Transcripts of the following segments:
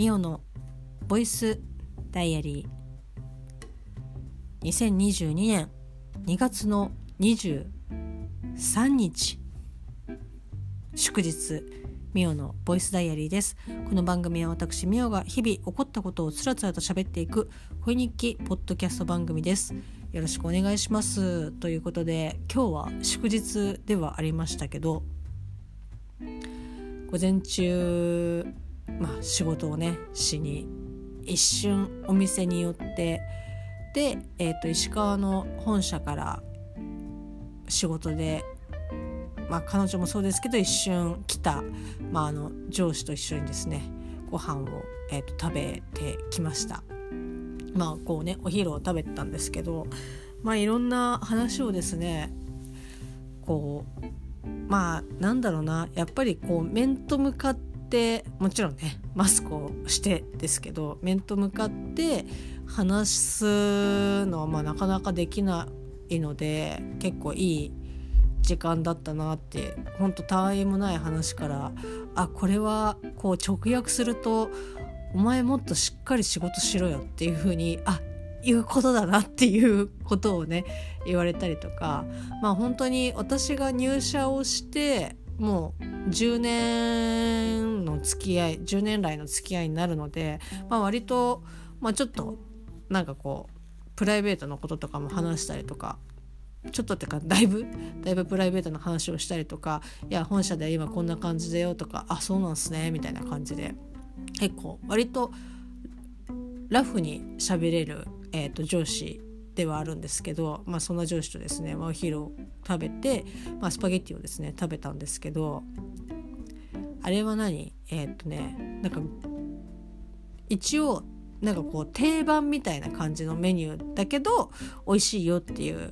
ミオのボイスダイアリー、2022年2月の23日祝日、ミオのボイスダイアリーです。この番組は私ミオが日々起こったことをつらつらと喋っていく恋日記ポッドキャスト番組です。よろしくお願いします。ということで、今日は祝日ではありましたけど、午前中仕事をねしに一瞬お店に寄って、で、石川の本社から仕事で、彼女もそうですけど一瞬来た、上司と一緒にですねご飯を、食べてきました。お昼を食べてたんですけど、いろんな話をですねやっぱり面と向かって、もちろんねマスクをしてですけど、面と向かって話すのはなかなかできないので、結構いい時間だったなって。本当たわいもない話から、これは直訳すると、お前もっとしっかり仕事しろよっていう風にいうことだなっていうことをね言われたりとか、本当に私が入社をしてもう10年来の付き合いになるので、割とちょっとプライベートのこととかも話したりとか、ちょっとってかだいぶプライベートな話をしたりとか、いや本社で今こんな感じだよとか、そうなんすねみたいな感じで、結構割とラフに喋れる、上司ではあるんですけど、そんな上司とですね、お昼を食べて、スパゲッティをですね食べたんですけど、あれは一応定番みたいな感じのメニューだけど美味しいよっていう、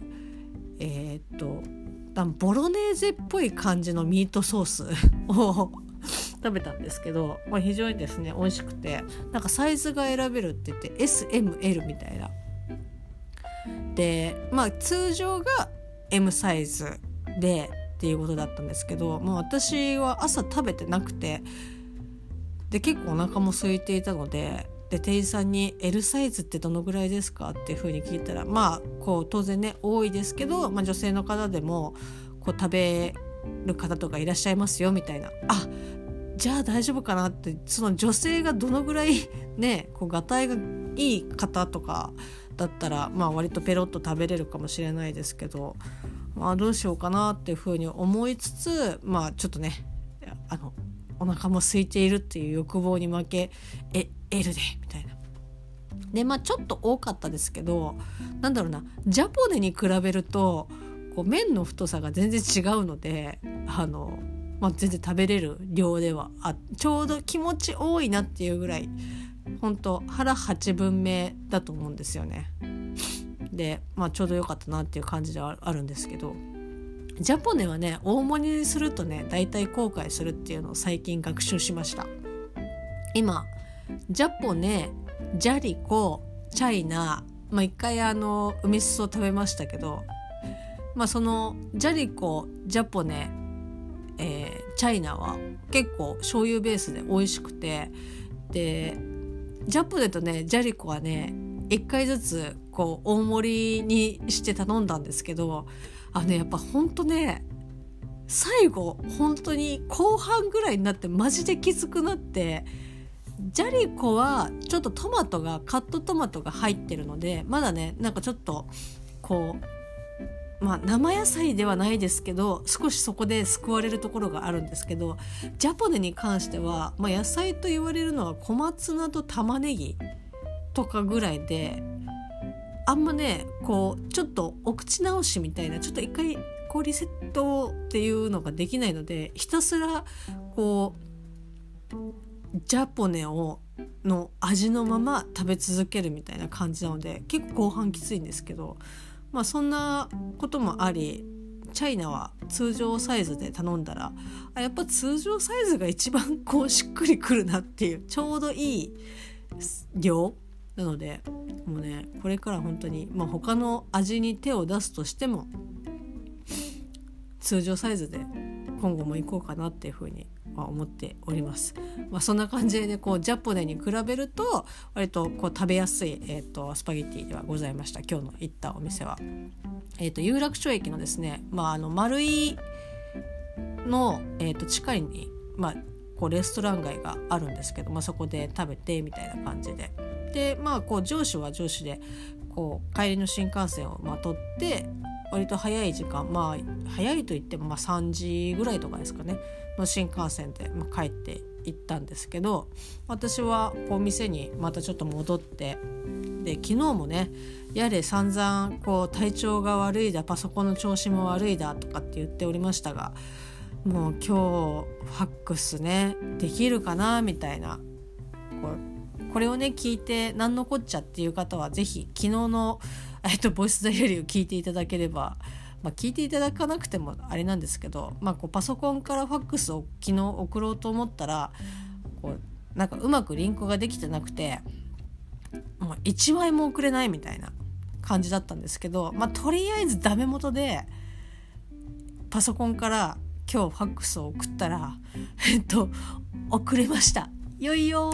ボロネーゼっぽい感じのミートソースを食べたんですけど、非常にですね美味しくて、サイズが選べるって言って SML みたいなで、通常が M サイズでっていうことだったんですけど、私は朝食べてなくて、で結構お腹も空いていたので、店員さんに L サイズってどのぐらいですかっていう風に聞いたら、当然ね多いですけど、女性の方でも食べる方とかいらっしゃいますよみたいな、じゃあ大丈夫かなって。その女性がどのぐらいねがたいがいい方とかだったら、割とペロッと食べれるかもしれないですけど、どうしようかなっていうふうに思いつつ、ちょっとねお腹も空いているっていう欲望に負けL でみたいなで、ちょっと多かったですけど、ジャポネに比べると麺の太さが全然違うので、全然食べれる量ではちょうど気持ち多いなっていうぐらい、本当腹8分目だと思うんですよね。で、ちょうど良かったなっていう感じではあるんですけど、ジャポネはね大盛りにするとね大体後悔するっていうのを最近学習しました。今ジャポネ、ジャリコ、チャイナ、一回梅しそを食べましたけど、そのジャリコ、ジャポネ、チャイナは結構醤油ベースで美味しくて、でジャポネとねジャリコはね1回ずつ大盛りにして頼んだんですけど、やっぱほんとね最後本当に後半ぐらいになってマジできつくなって、ジャリコはちょっとカットトマトが入ってるので、まだねちょっと生野菜ではないですけど、少しそこで救われるところがあるんですけど、ジャポネに関しては、野菜と言われるのは小松菜と玉ねぎとかぐらいで、あんまねちょっとお口直しみたいな、ちょっと一回リセットっていうのができないので、ひたすらジャポネの味のまま食べ続けるみたいな感じなので、結構後半きついんですけど、そんなこともあり、チャイナは通常サイズで頼んだら、やっぱ通常サイズが一番しっくりくるなっていう、ちょうどいい量なので、もうねこれから本当に、他の味に手を出すとしても通常サイズで今後も行こうかなっていうふうに思っております。そんな感じで、こうジャポネに比べると割とこう食べやすい、スパゲッティではございました。今日の行ったお店は、有楽町駅のですね、丸いの、地下に、こうレストラン街があるんですけど、そこで食べてみたいな感じで、こう上司は上司でこう帰りの新幹線を取って割と早い時間、早いと言っても3時ぐらいとかですかねの新幹線で、帰って行ったんですけど、私はこう店にまたちょっと戻って、で昨日もねやれ散々こう体調が悪いだ、パソコンの調子も悪いだとかって言っておりましたが、もう今日ファックスねできるかなみたいな、これをね聞いて何のこっちゃっていう方はぜひ昨日のボイスダイアリーを聞いていただければ、聞いていただかなくてもあれなんですけど、こうパソコンからファックスを昨日送ろうと思ったらこうなんかうまくリンクができてなくて、もう1枚も送れないみたいな感じだったんですけど、とりあえずダメ元でパソコンから今日ファックスを送ったら送れました。よいよ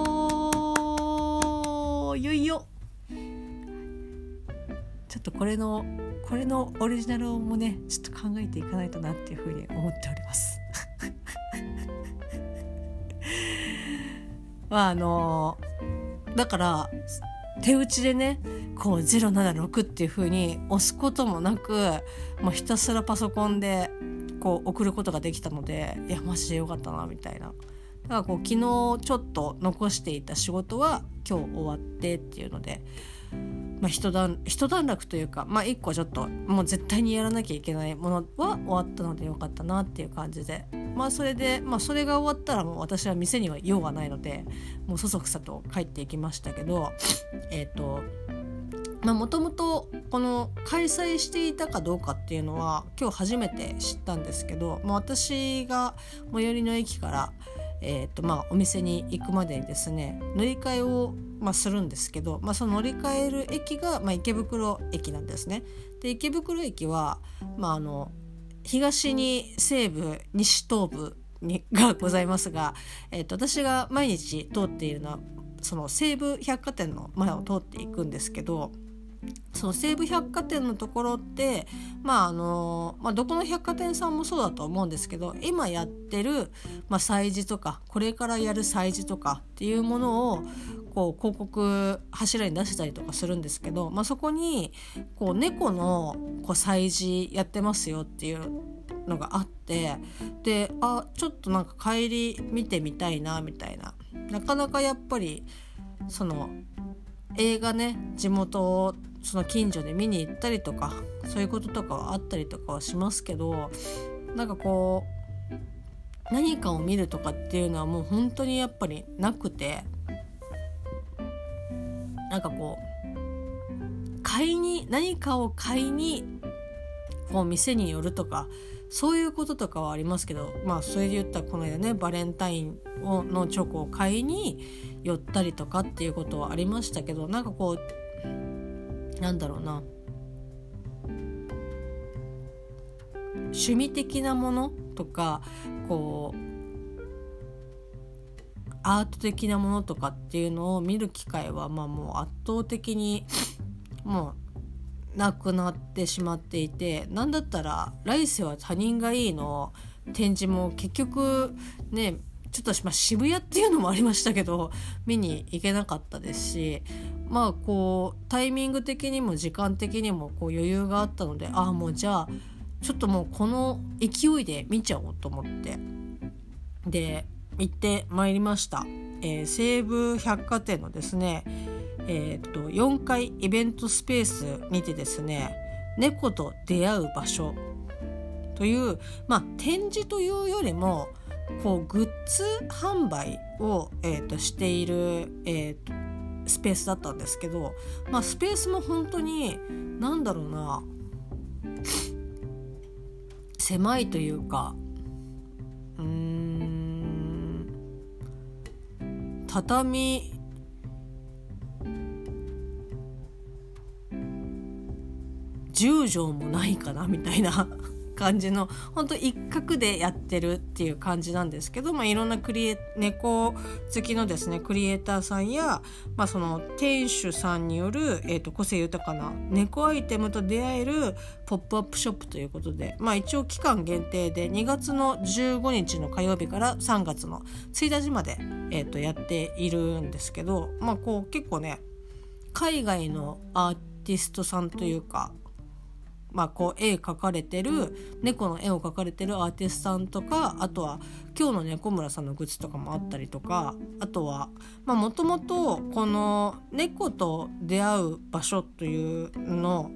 ーよいよ。ちょっとこれのオリジナルもねちょっと考えていかないとなっていうふうに思っておりますだから手打ちでねこう076っていうふうに押すこともなく、もうひたすらパソコンでこう送ることができたので、いやマジでよかったなみたいな。だからこう昨日ちょっと残していた仕事は今日終わってっていうので、一段落というか、一個ちょっともう絶対にやらなきゃいけないものは終わったのでよかったなっていう感じで、それで、それが終わったらもう私は店には用がないのでもうそそくさと帰っていきましたけど、もともとこの開催していたかどうかっていうのは今日初めて知ったんですけど、私が最寄りの駅からお店に行くまでにですね乗り換えを、するんですけど、その乗り換える駅が、池袋駅なんですね。で池袋駅は、東に西部西東部がございますが、私が毎日通っているのはその西武百貨店の前を通っていくんですけど、その西武百貨店のところってどこの百貨店さんもそうだと思うんですけど、今やってる、催事とかこれからやる催事とかっていうものをこう広告柱に出したりとかするんですけど、そこにこう猫のこう催事やってますよっていうのがあって、でちょっとなんか帰り見てみたいなみたいな。なかなかやっぱりその映画ね地元をその近所で見に行ったりとかそういうこととかはあったりとかはしますけど、なんかこう何かを見るとかっていうのはもう本当にやっぱりなくて、なんかこう何かを買いにこう店に寄るとかそういうこととかはありますけど、それで言ったらこの間ねバレンタインのチョコを買いに寄ったりとかっていうことはありましたけど、なんかこうなんだろうな、趣味的なものとかこうアート的なものとかっていうのを見る機会はもう圧倒的にもうなくなってしまっていて、なんだったら来世は他人がいいの展示も結局ねちょっと渋谷っていうのもありましたけど見に行けなかったですし、こうタイミング的にも時間的にもこう余裕があったので、もうじゃあちょっともうこの勢いで見ちゃおうと思ってで行ってまいりました。西武百貨店のですね4階イベントスペースにてですね、猫と出会う場所という、展示というよりもこうグッズ販売を、している、スペースだったんですけど、スペースも本当になんだろうな、狭いというか畳10畳もないかなみたいな感じの本当一角でやってるっていう感じなんですけど、いろんな猫好きのですねクリエイターさんや、その店主さんによる、個性豊かな猫アイテムと出会えるポップアップショップということで、一応期間限定で2月の15日の火曜日から3月の1日まで、やっているんですけど、こう結構ね海外のアーティストさんというか、こう絵描かれてる猫の絵を描かれてるアーティストさんとか、あとは今日の猫村さんのグッズとかもあったりとか、あとはもともとこの猫と出会う場所というの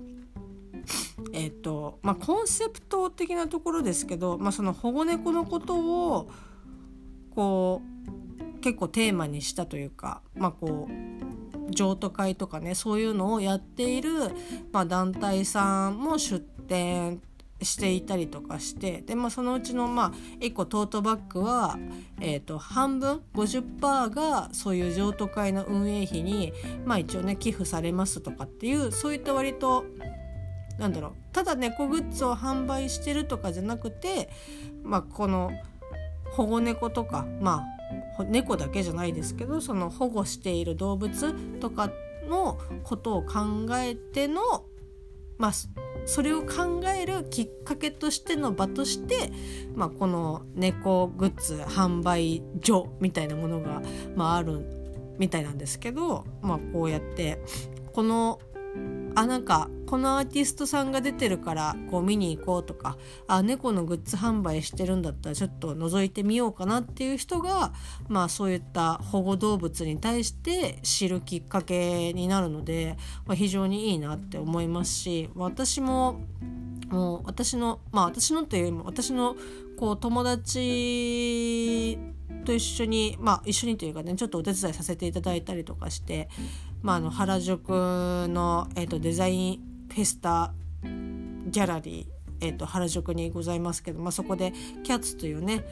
コンセプト的なところですけど、その保護猫のことをこう結構テーマにしたというか、こう譲渡会とかね、そういうのをやっている、団体さんも出展していたりとかして、で、そのうちの1個トートバッグは、半分 50% がそういう譲渡会の運営費に、一応ね寄付されますとかっていう、そういった割とただ猫グッズを販売してるとかじゃなくて、この保護猫とか猫だけじゃないですけど、その保護している動物とかのことを考えての、それを考えるきっかけとしての場として、この猫グッズ販売所みたいなものが、あるみたいなんですけど、こうやってこのこのアーティストさんが出てるからこう見に行こうとか、猫のグッズ販売してるんだったらちょっと覗いてみようかなっていう人が、そういった保護動物に対して知るきっかけになるので、非常にいいなって思いますし、私ももう私のというよりも私のこう友達と一緒に一緒にというかね、ちょっとお手伝いさせていただいたりとかして、原宿の、デザインフェスタギャラリー、原宿にございますけど、そこでキャッツというね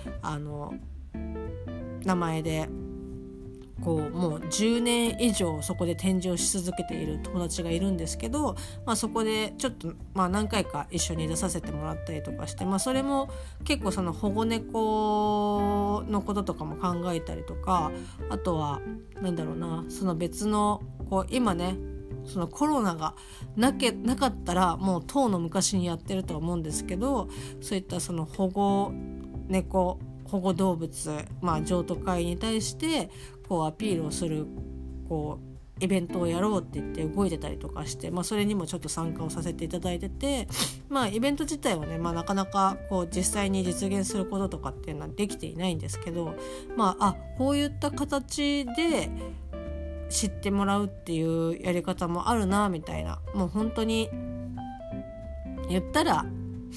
名前でこうもう10年以上そこで展示をし続けている友達がいるんですけど、そこでちょっと何回か一緒に出させてもらったりとかして、それも結構その保護猫のこととかも考えたりとか、あとはその別のこう今ねそのコロナがなかったらもうとうの昔にやってると思うんですけど、そういったその保護猫保護動物、譲渡会に対してこうアピールをするこうイベントをやろうって言って動いてたりとかして、それにもちょっと参加をさせていただいてて、イベント自体はね、なかなかこう実際に実現することとかっていうのはできていないんですけど、こういった形で知ってもらうっていうやり方もあるなみたいな、もう本当に言ったら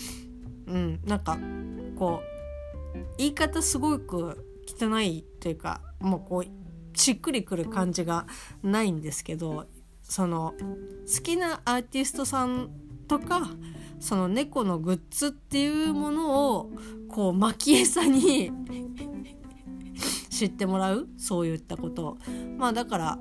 こう言い方すごく汚いというか、もうこうしっくりくる感じがないんですけど、その好きなアーティストさんとかその猫のグッズっていうものをこう巻き餌に知ってもらう、そういったことをだから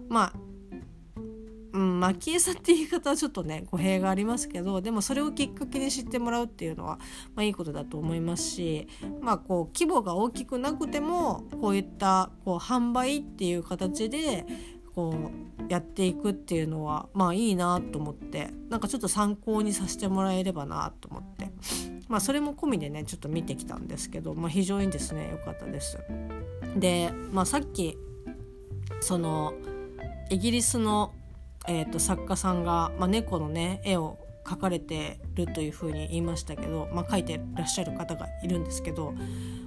巻き餌って言い方はちょっとね語弊がありますけど、でもそれをきっかけに知ってもらうっていうのは、いいことだと思いますし、こう規模が大きくなくてもこういったこう販売っていう形でこうやっていくっていうのはいいなと思って、ちょっと参考にさせてもらえればなと思って、それも込みでねちょっと見てきたんですけど、非常にですね良かったです。で、さっきそのイギリスの作家さんが、猫のね絵を描かれてるというふうに言いましたけど、描いてらっしゃる方がいるんですけど、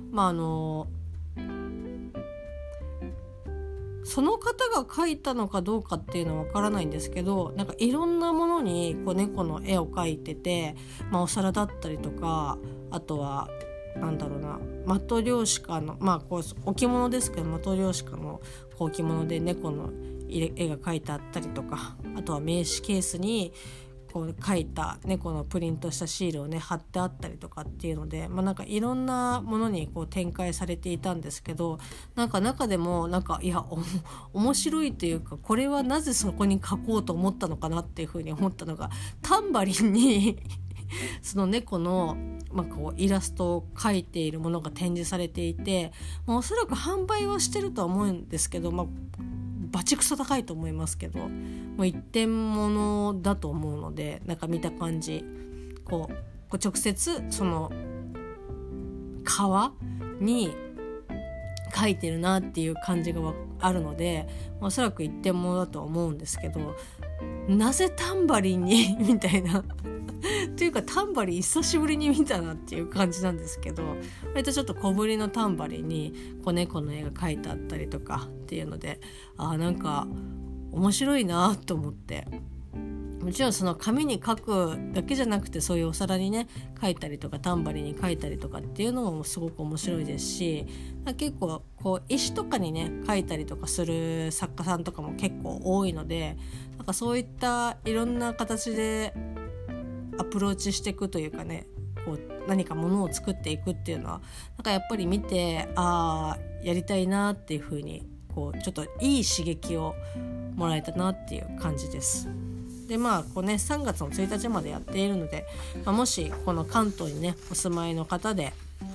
その方が描いたのかどうかっていうのはわからないんですけど、いろんなものにこう猫の絵を描いてて、お皿だったりとか、あとはマトリョーシカのこう置物ですけど、マトリョーシカの置物で猫の絵が描いてあったりとか、あとは名刺ケースにこう描いた猫のプリントしたシールをね貼ってあったりとかっていうので、いろんなものにこう展開されていたんですけど、中でも面白いというか、これはなぜそこに描こうと思ったのかなっていうふうに思ったのが、タンバリンにその猫の、こうイラストを描いているものが展示されていて、おそらく販売はしてるとは思うんですけど、バチクソ高いと思いますけど、もう一点物だと思うので、なんか見た感じこう直接その革に書いてるなっていう感じがあるので、おそらく一点物だと思うんですけど、なぜタンバリンにみたいなというかタンバリン久しぶりに見たなっていう感じなんですけど、割とちょっと小ぶりのタンバリンに子猫の絵が描いてあったりとかっていうので、なんか面白いなと思って、もちろんその紙に書くだけじゃなくて、そういうお皿にね書いたりとかタンバリンに書いたりとかっていうのもすごく面白いですし、結構こう石とかにね書いたりとかする作家さんとかも結構多いので、なんかそういったいろんな形でアプローチしていくというかね、こう何かものを作っていくっていうのはなんかやっぱり見てやりたいなっていう風にこうちょっといい刺激をもらえたなっていう感じです。でこうね3月の1日までやっているので、もしこの関東にねお住まいの方で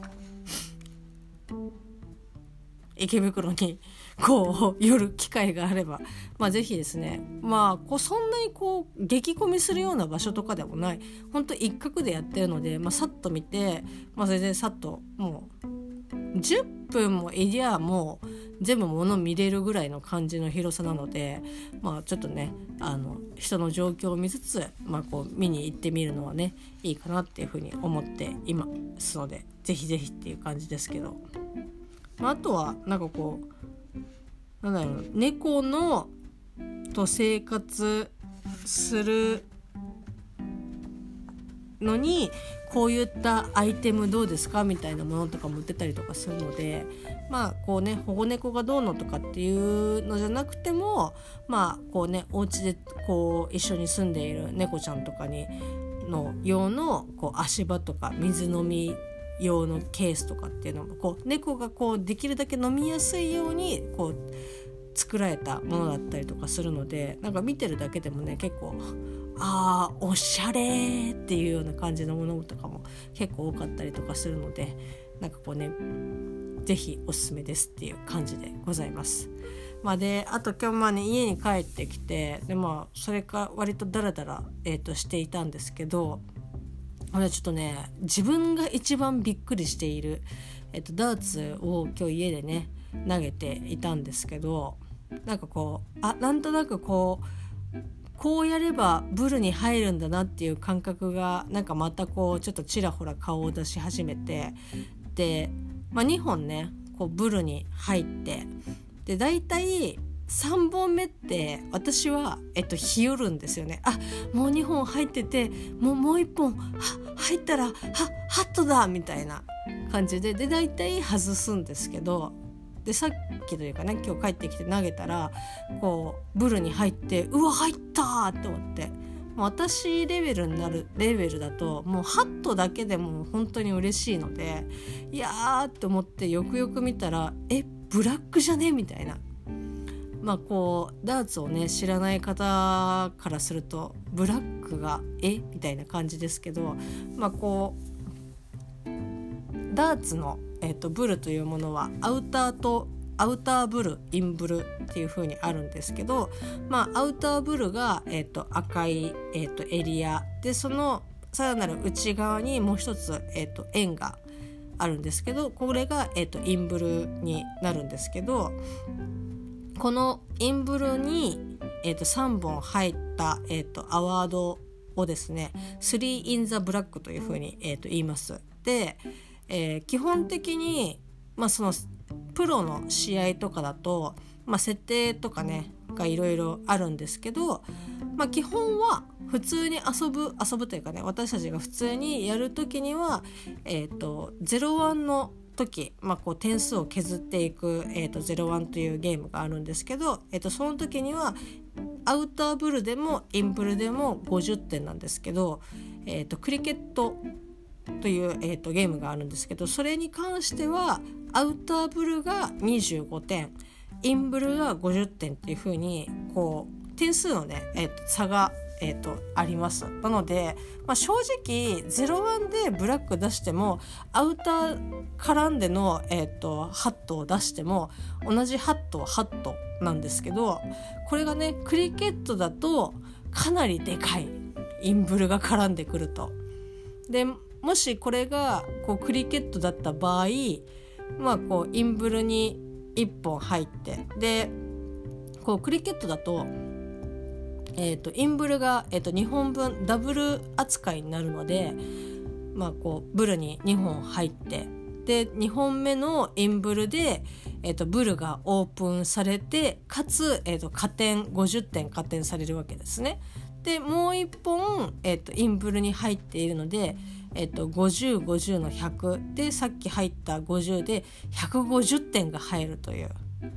池袋にこう寄る機会があれば、ぜひですね、こうそんなにこう激混みするような場所とかでもない、本当一角でやってるので、さっと見て、それでさっともう10分もいりゃもう全部物見れるぐらいの感じの広さなので、ちょっとね人の状況を見つつ、こう見に行ってみるのはねいいかなっていうふうに思っていますので、ぜひぜひっていう感じですけど、あとはなんかこう猫のと生活するのにこういったアイテムどうですかみたいなものとかも売ってたりとかするので、こうね保護猫がどうのとかっていうのじゃなくても、こうねお家でこう一緒に住んでいる猫ちゃんとかにの用のこう足場とか水飲み用のケースとかっていうのもこう猫がこうできるだけ飲みやすいようにこう作られたものだったりとかするので、なんか見てるだけでもね結構おしゃれっていうような感じのものとかも結構多かったりとかするので、なんかこうねぜひおすすめですっていう感じでございます。であと今日ね家に帰ってきて、でそれから割とダラダラ、していたんですけど、ちょっとね自分が一番びっくりしている、ダーツを今日家でね投げていたんですけど、なんかこうなんとなくこうやればブルに入るんだなっていう感覚がなんかまたこうちょっとちらほら顔を出し始めて、で、2本ねこうブルに入って、でだいたい3本目って私は日和るんですよね。もう2本入っててもう1本入ったらハットだみたいな感じでだいたい外すんですけど、でさっきというかね今日帰ってきて投げたらこうブルに入って、うわ入ったって思って、私レベルだともうハットだけでも本当に嬉しいので、いやーって思ってよくよく見たらブラックじゃねみたいな、こうダーツをね知らない方からするとブラックがみたいな感じですけど、こうダーツの、ブルというものはアウターブルインブルっていう風にあるんですけど、アウターブルが、赤い、エリアで、そのさらなる内側にもう一つ、円があるんですけど、これが、インブルになるんですけど、このインブルに、3本入った、アワードをですね 3 in the black という風に、言います。で、基本的に、そのプロの試合とかだと、設定とかねがいろいろあるんですけど、基本は普通に遊ぶというかね、私たちが普通にやるときには、01の時、こう点数を削っていく、01というゲームがあるんですけど、その時にはアウターブルでもインブルでも50点なんですけど、クリケットという、ゲームがあるんですけど、それに関してはアウターブルが25点インブルが50点っていう風にこう点数のね、差が、 あります。なので、正直01でブラック出してもアウター絡んでの、ハットを出しても同じハットはハットなんですけど、これがねクリケットだとかなりでかいインブルが絡んでくると。でもしこれがこうクリケットだった場合、こうインブルに1本入って、でこうクリケットだと、インブルが、2本分ダブル扱いになるので、こうブルに2本入って、で2本目のインブルで、ブルがオープンされて、かつ、加点50点加点されるわけですね。でもう1本、インブルに入っているので、50、50の100で、さっき入った50で150点が入るという、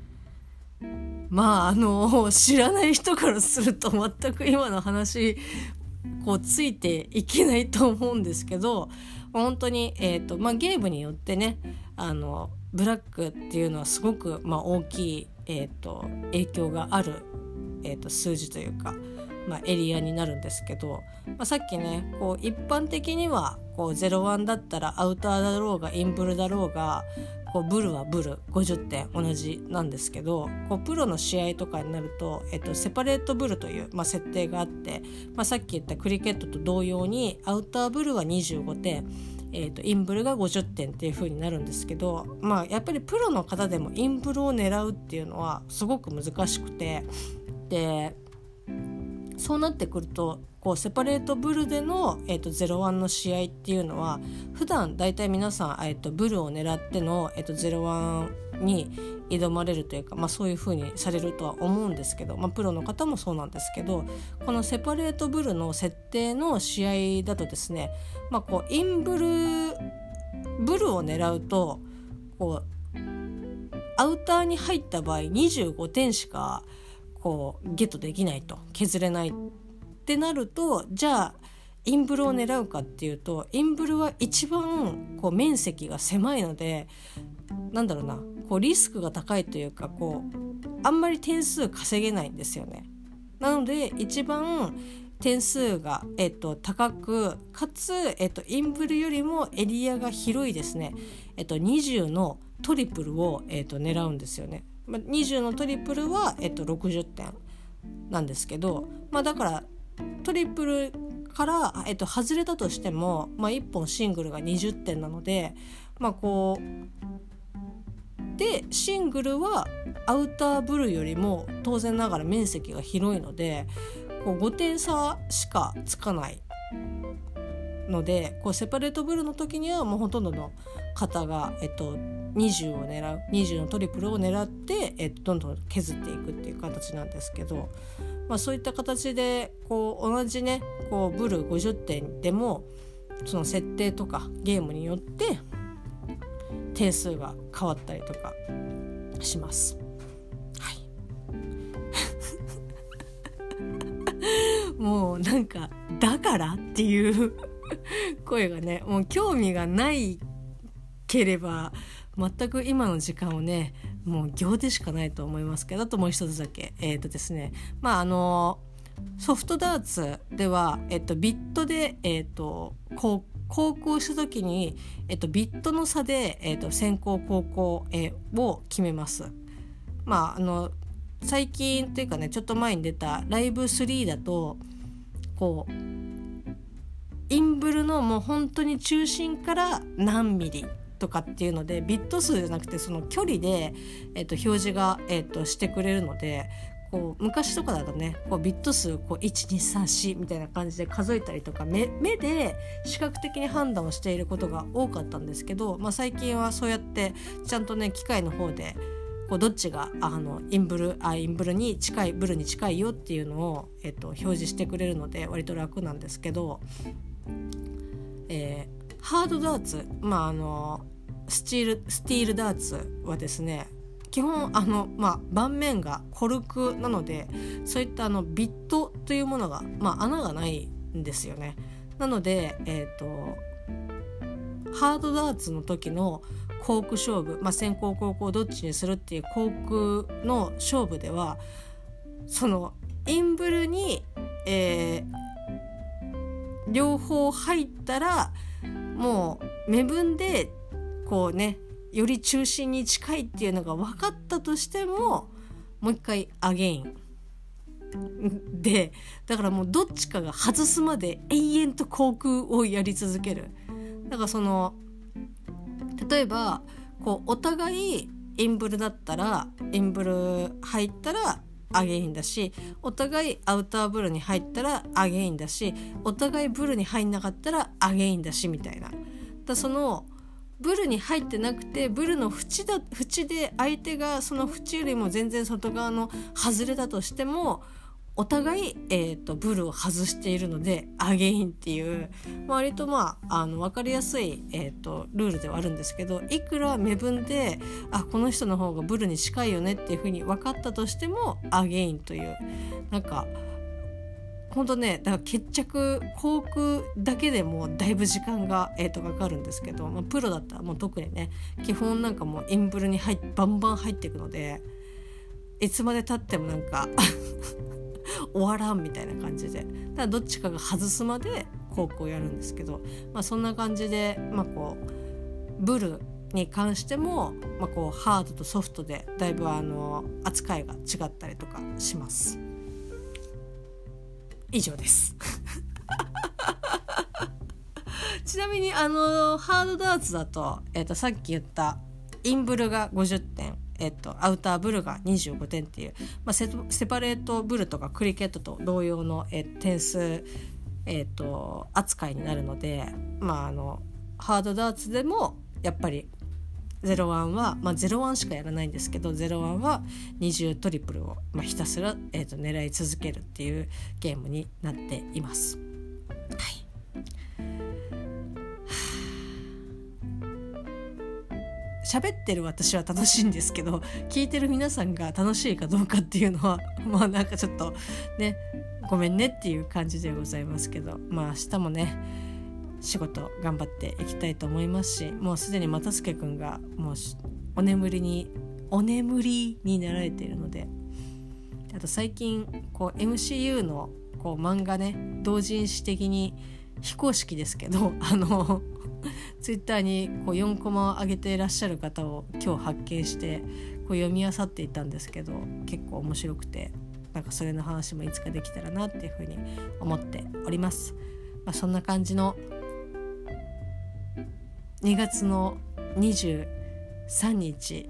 知らない人からすると全く今の話こうついていけないと思うんですけど、本当に、ゲームによってね、ブラックっていうのはすごく、大きい、影響がある、数字というか、エリアになるんですけど、さっきねこう一般的にはこう01だったらアウターだろうがインブルだろうが、こうブルはブル50点同じなんですけど、こうプロの試合とかになると、セパレートブルという、設定があって、さっき言ったクリケットと同様にアウターブルは25点、インブルが50点っていう風になるんですけど、やっぱりプロの方でもインブルを狙うっていうのはすごく難しくて、でそうなってくるとこうセパレートブルでの、01の試合っていうのは普段だいたい皆さん、ブルを狙っての、01に挑まれるというか、そういう風にされるとは思うんですけど、プロの方もそうなんですけど、このセパレートブルの設定の試合だとですね、こうインブルを狙うとこうアウターに入った場合25点しかこうゲットできないと、削れないってなると、じゃあインブルを狙うかっていうと、インブルは一番こう面積が狭いので、こうリスクが高いというか、こうあんまり点数稼げないんですよね。なので一番点数が、高くかつ、インブルよりもエリアが広いですね、20のトリプルを、狙うんですよね。20のトリプルは、60点なんですけど、だからトリプルから、外れたとしても、1本シングルが20点なので、こうでシングルはアウターブルよりも当然ながら面積が広いので、こう5点差しかつかないので、こうセパレートブルの時にはもうほとんどの方が、20を狙う20のトリプルを狙って、どんどん削っていくっていう形なんですけど、そういった形でこう同じねこうブル50点でもその設定とかゲームによって点数が変わったりとかします。はい。もうだからっていう声がね、もう興味がないければ全く今の時間をねもう行でしかないと思いますけど、あともう一つだけですね、ソフトダーツでは、ビットで、航行した時に、ビットの差で、先行後攻、を決めます。最近というかね、ちょっと前に出たライブ3だとこうインブルのもう本当に中心から何ミリとかっていうので、ビット数じゃなくてその距離で、表示が、してくれるので、こう昔とかだとねこうビット数こう1234みたいな感じで数えたりとか 目で視覚的に判断をしていることが多かったんですけど、最近はそうやってちゃんとね機械の方でこうどっちがインブルに近いブルに近いよっていうのを、表示してくれるので割と楽なんですけど、ハードダーツ、スティールダーツはですね基本盤面がコルクなので、そういったビットというものが、穴がないんですよね。なので、ハードダーツの時のコーク勝負、先行後攻どっちにするっていうコークの勝負では、そのインブルに、 両方入ったらもう目分でこうねより中心に近いっていうのが分かったとしてももう一回アゲインで、だからもうどっちかが外すまで永遠と航空をやり続ける。だからその例えばこうお互いインブルだったらインブル入ったらアゲインだし、お互いアウターブルに入ったらアゲインだし、お互いブルに入んなかったらアゲインだしみたいな。だそのブルに入ってなくてブルの縁で相手がその縁よりも全然外側の外れだとしてもお互い、ブルを外しているのでアゲインっていう割と分かりやすい、ルールではあるんですけど、いくら目分でこの人の方がブルに近いよねっていう風に分かったとしてもアゲインというなんかほんとね、だから決着航空だけでもだいぶ時間が、かかるんですけど、プロだったらもう特にね基本なんかもうインブルにバンバン入っていくのでいつまで経ってもなんか終わらんみたいな感じで、だからどっちかが外すまで航空をやるんですけど、そんな感じで、こうブルに関しても、こうハードとソフトでだいぶ扱いが違ったりとかします。以上ですちなみにハードダーツだと、さっき言ったインブルが50点、アウターブルが25点っていう、セパレートブルとかクリケットと同様の、点数、扱いになるので、ハードダーツでもやっぱり01は、01しかやらないんですけど01は20トリプルを、ひたすら、狙い続けるっていうゲームになっています。喋ってる私は楽しいんですけど聞いてる皆さんが楽しいかどうかっていうのはなんかちょっとねごめんねっていう感じでございますけど、明日もね仕事頑張っていきたいと思いますし、もうすでに又助くんがもうお眠りになられているので、あと最近こう MCU のこう漫画ね同人誌的に非公式ですけどツイッターにこう4コマを上げていらっしゃる方を今日発見してこう読み漁っていたんですけど、結構面白くてなんかそれの話もいつかできたらなっていうふうに思っております。そんな感じの2月の23日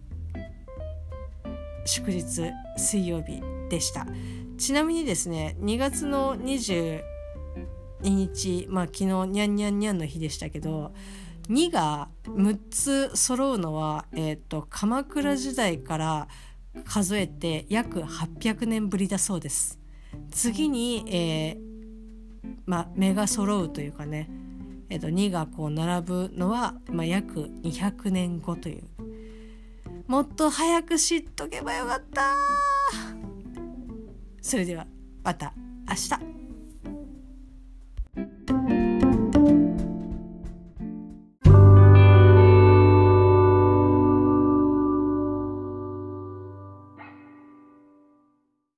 祝日水曜日でした。ちなみにですね2月の22日、昨日にゃんにゃんにゃんの日でしたけど2が6つ揃うのは、鎌倉時代から数えて約800年ぶりだそうです。次に、目が揃うというかね、2がこう並ぶのは、約200年後という。もっと早く知っとけばよかった。それではまた明日。